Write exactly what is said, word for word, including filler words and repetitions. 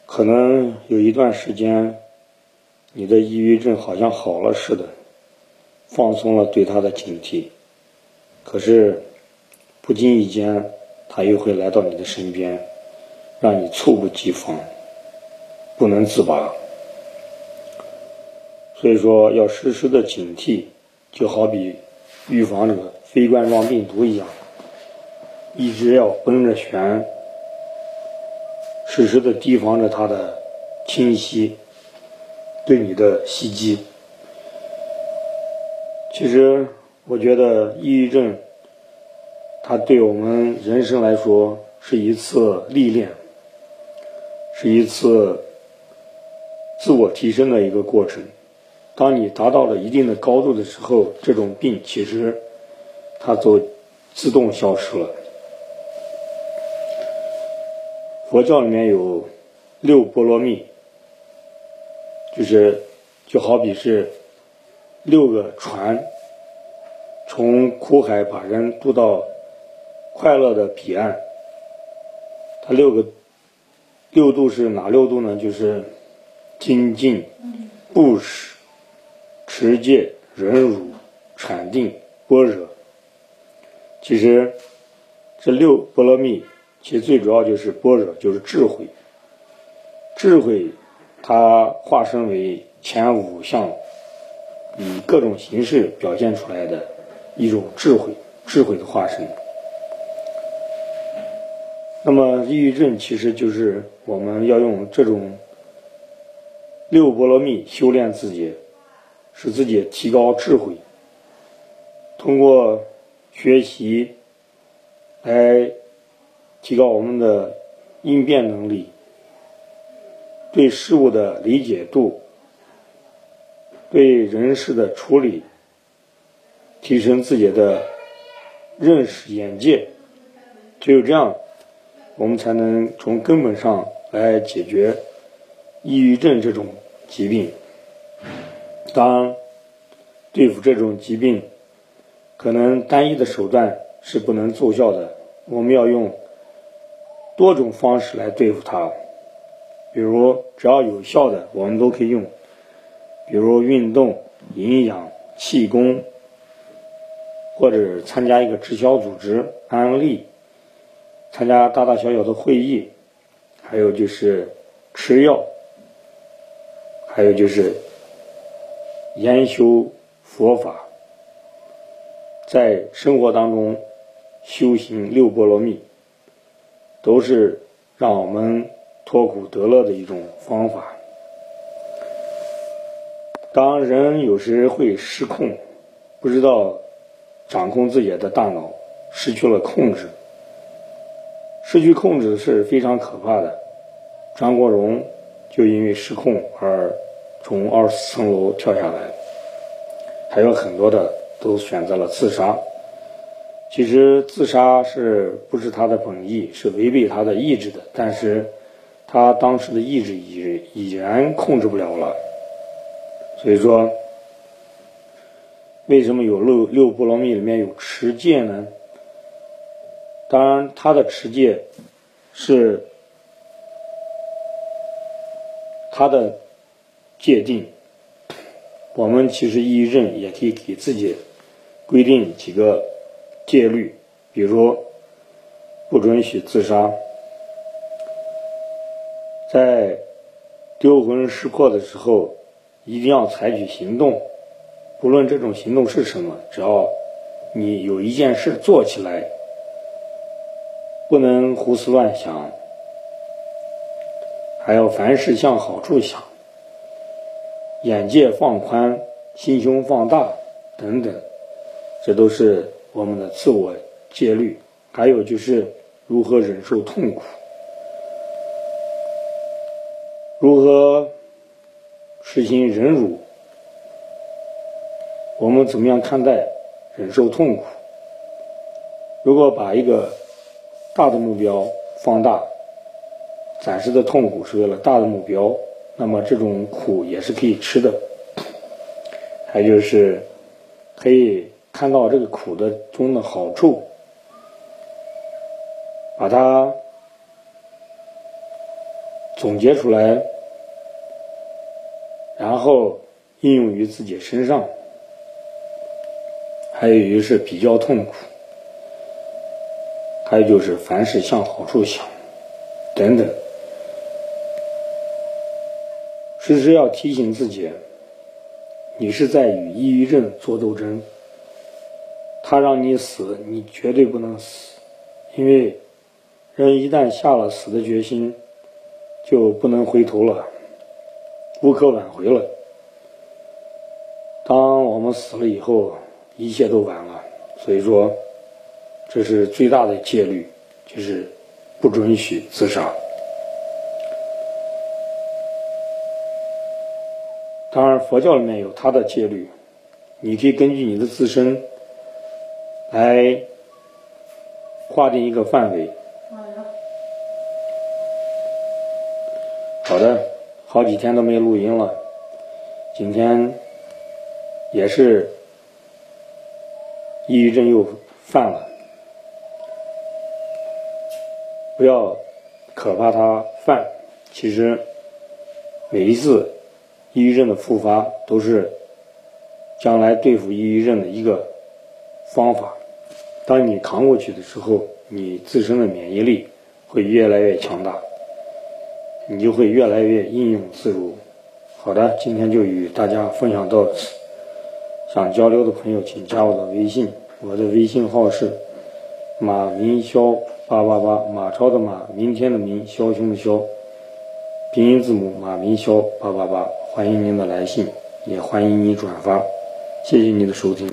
可能有一段时间，你的抑郁症好像好了似的，放松了对它的警惕，可是不经意间，它又会来到你的身边，让你猝不及防，不能自拔。所以说，要时时的警惕，就好比预防这个非冠状病毒一样，一直要绷着弦，时时的提防着它的侵袭，对你的袭击。其实我觉得抑郁症它对我们人生来说是一次历练，是一次自我提升的一个过程。当你达到了一定的高度的时候，这种病其实它就自动消失了。佛教里面有六波罗蜜，就是就好比是六个船，从苦海把人渡到快乐的彼岸。它六个六度是哪六度呢？就是精进、布施、持戒、忍辱、禅定、般若。其实这六波罗蜜其实最主要就是般若，就是智慧。智慧它化身为前五项，以各种形式表现出来的一种智慧，智慧的化身。那么抑郁症其实就是我们要用这种六波罗蜜修炼自己，使自己提高智慧，通过学习来提高我们的应变能力，对事物的理解度，对人事的处理，提升自己的认识眼界。只有这样，我们才能从根本上来解决抑郁症这种疾病。当然，对付这种疾病，可能单一的手段是不能奏效的，我们要用多种方式来对付它。比如只要有效的我们都可以用，比如运动、营养、气功，或者参加一个直销组织、安利，参加大大小小的会议，还有就是吃药，还有就是研修佛法，在生活当中修行六波罗蜜，都是让我们脱苦得乐的一种方法。当人有时会失控，不知道掌控自己的大脑，失去了控制，失去控制是非常可怕的。张国荣就因为失控而从二十四层楼跳下来，还有很多的都选择了自杀。其实自杀是不是他的本意，是违背他的意志的，但是他当时的意志已已然控制不了了。所以说，为什么有六六波罗蜜里面有持戒呢？当然他的持戒是他的界定，我们其实抑郁症也可以给自己规定几个戒律，比如不准许自杀，在丢魂失魄的时候一定要采取行动，不论这种行动是什么，只要你有一件事做起来，不能胡思乱想，还要凡事向好处想，眼界放宽，心胸放大等等，这都是我们的自我戒律。还有就是如何忍受痛苦，如何实行忍辱，我们怎么样看待忍受痛苦。如果把一个大的目标放大，暂时的痛苦是为了大的目标，那么这种苦也是可以吃的。还就是可以看到这个苦的中的好处，把它总结出来，然后应用于自己身上。还有一个是比较痛苦，还有就是凡事向好处想，等等。时时要提醒自己，你是在与抑郁症做斗争，他让你死，你绝对不能死，因为人一旦下了死的决心，就不能回头了，无可挽回了。当我们死了以后，一切都晚了。所以说，这是最大的戒律，就是不准许自杀。当然，佛教里面有它的戒律，你可以根据你的自身来划定一个范围。好的，好几天都没录音了，今天也是抑郁症又犯了，不要可怕它犯，其实每一次抑郁症的复发都是将来对付抑郁症的一个方法。当你扛过去的时候，你自身的免疫力会越来越强大，你就会越来越应用自如。好的，今天就与大家分享到此，想交流的朋友请加我的微信，我的微信号是马明霄八八八，马超的马，明天的明，枭雄的枭，拼音字母马明霄八八八，欢迎您的来信，也欢迎你转发，谢谢您的收听。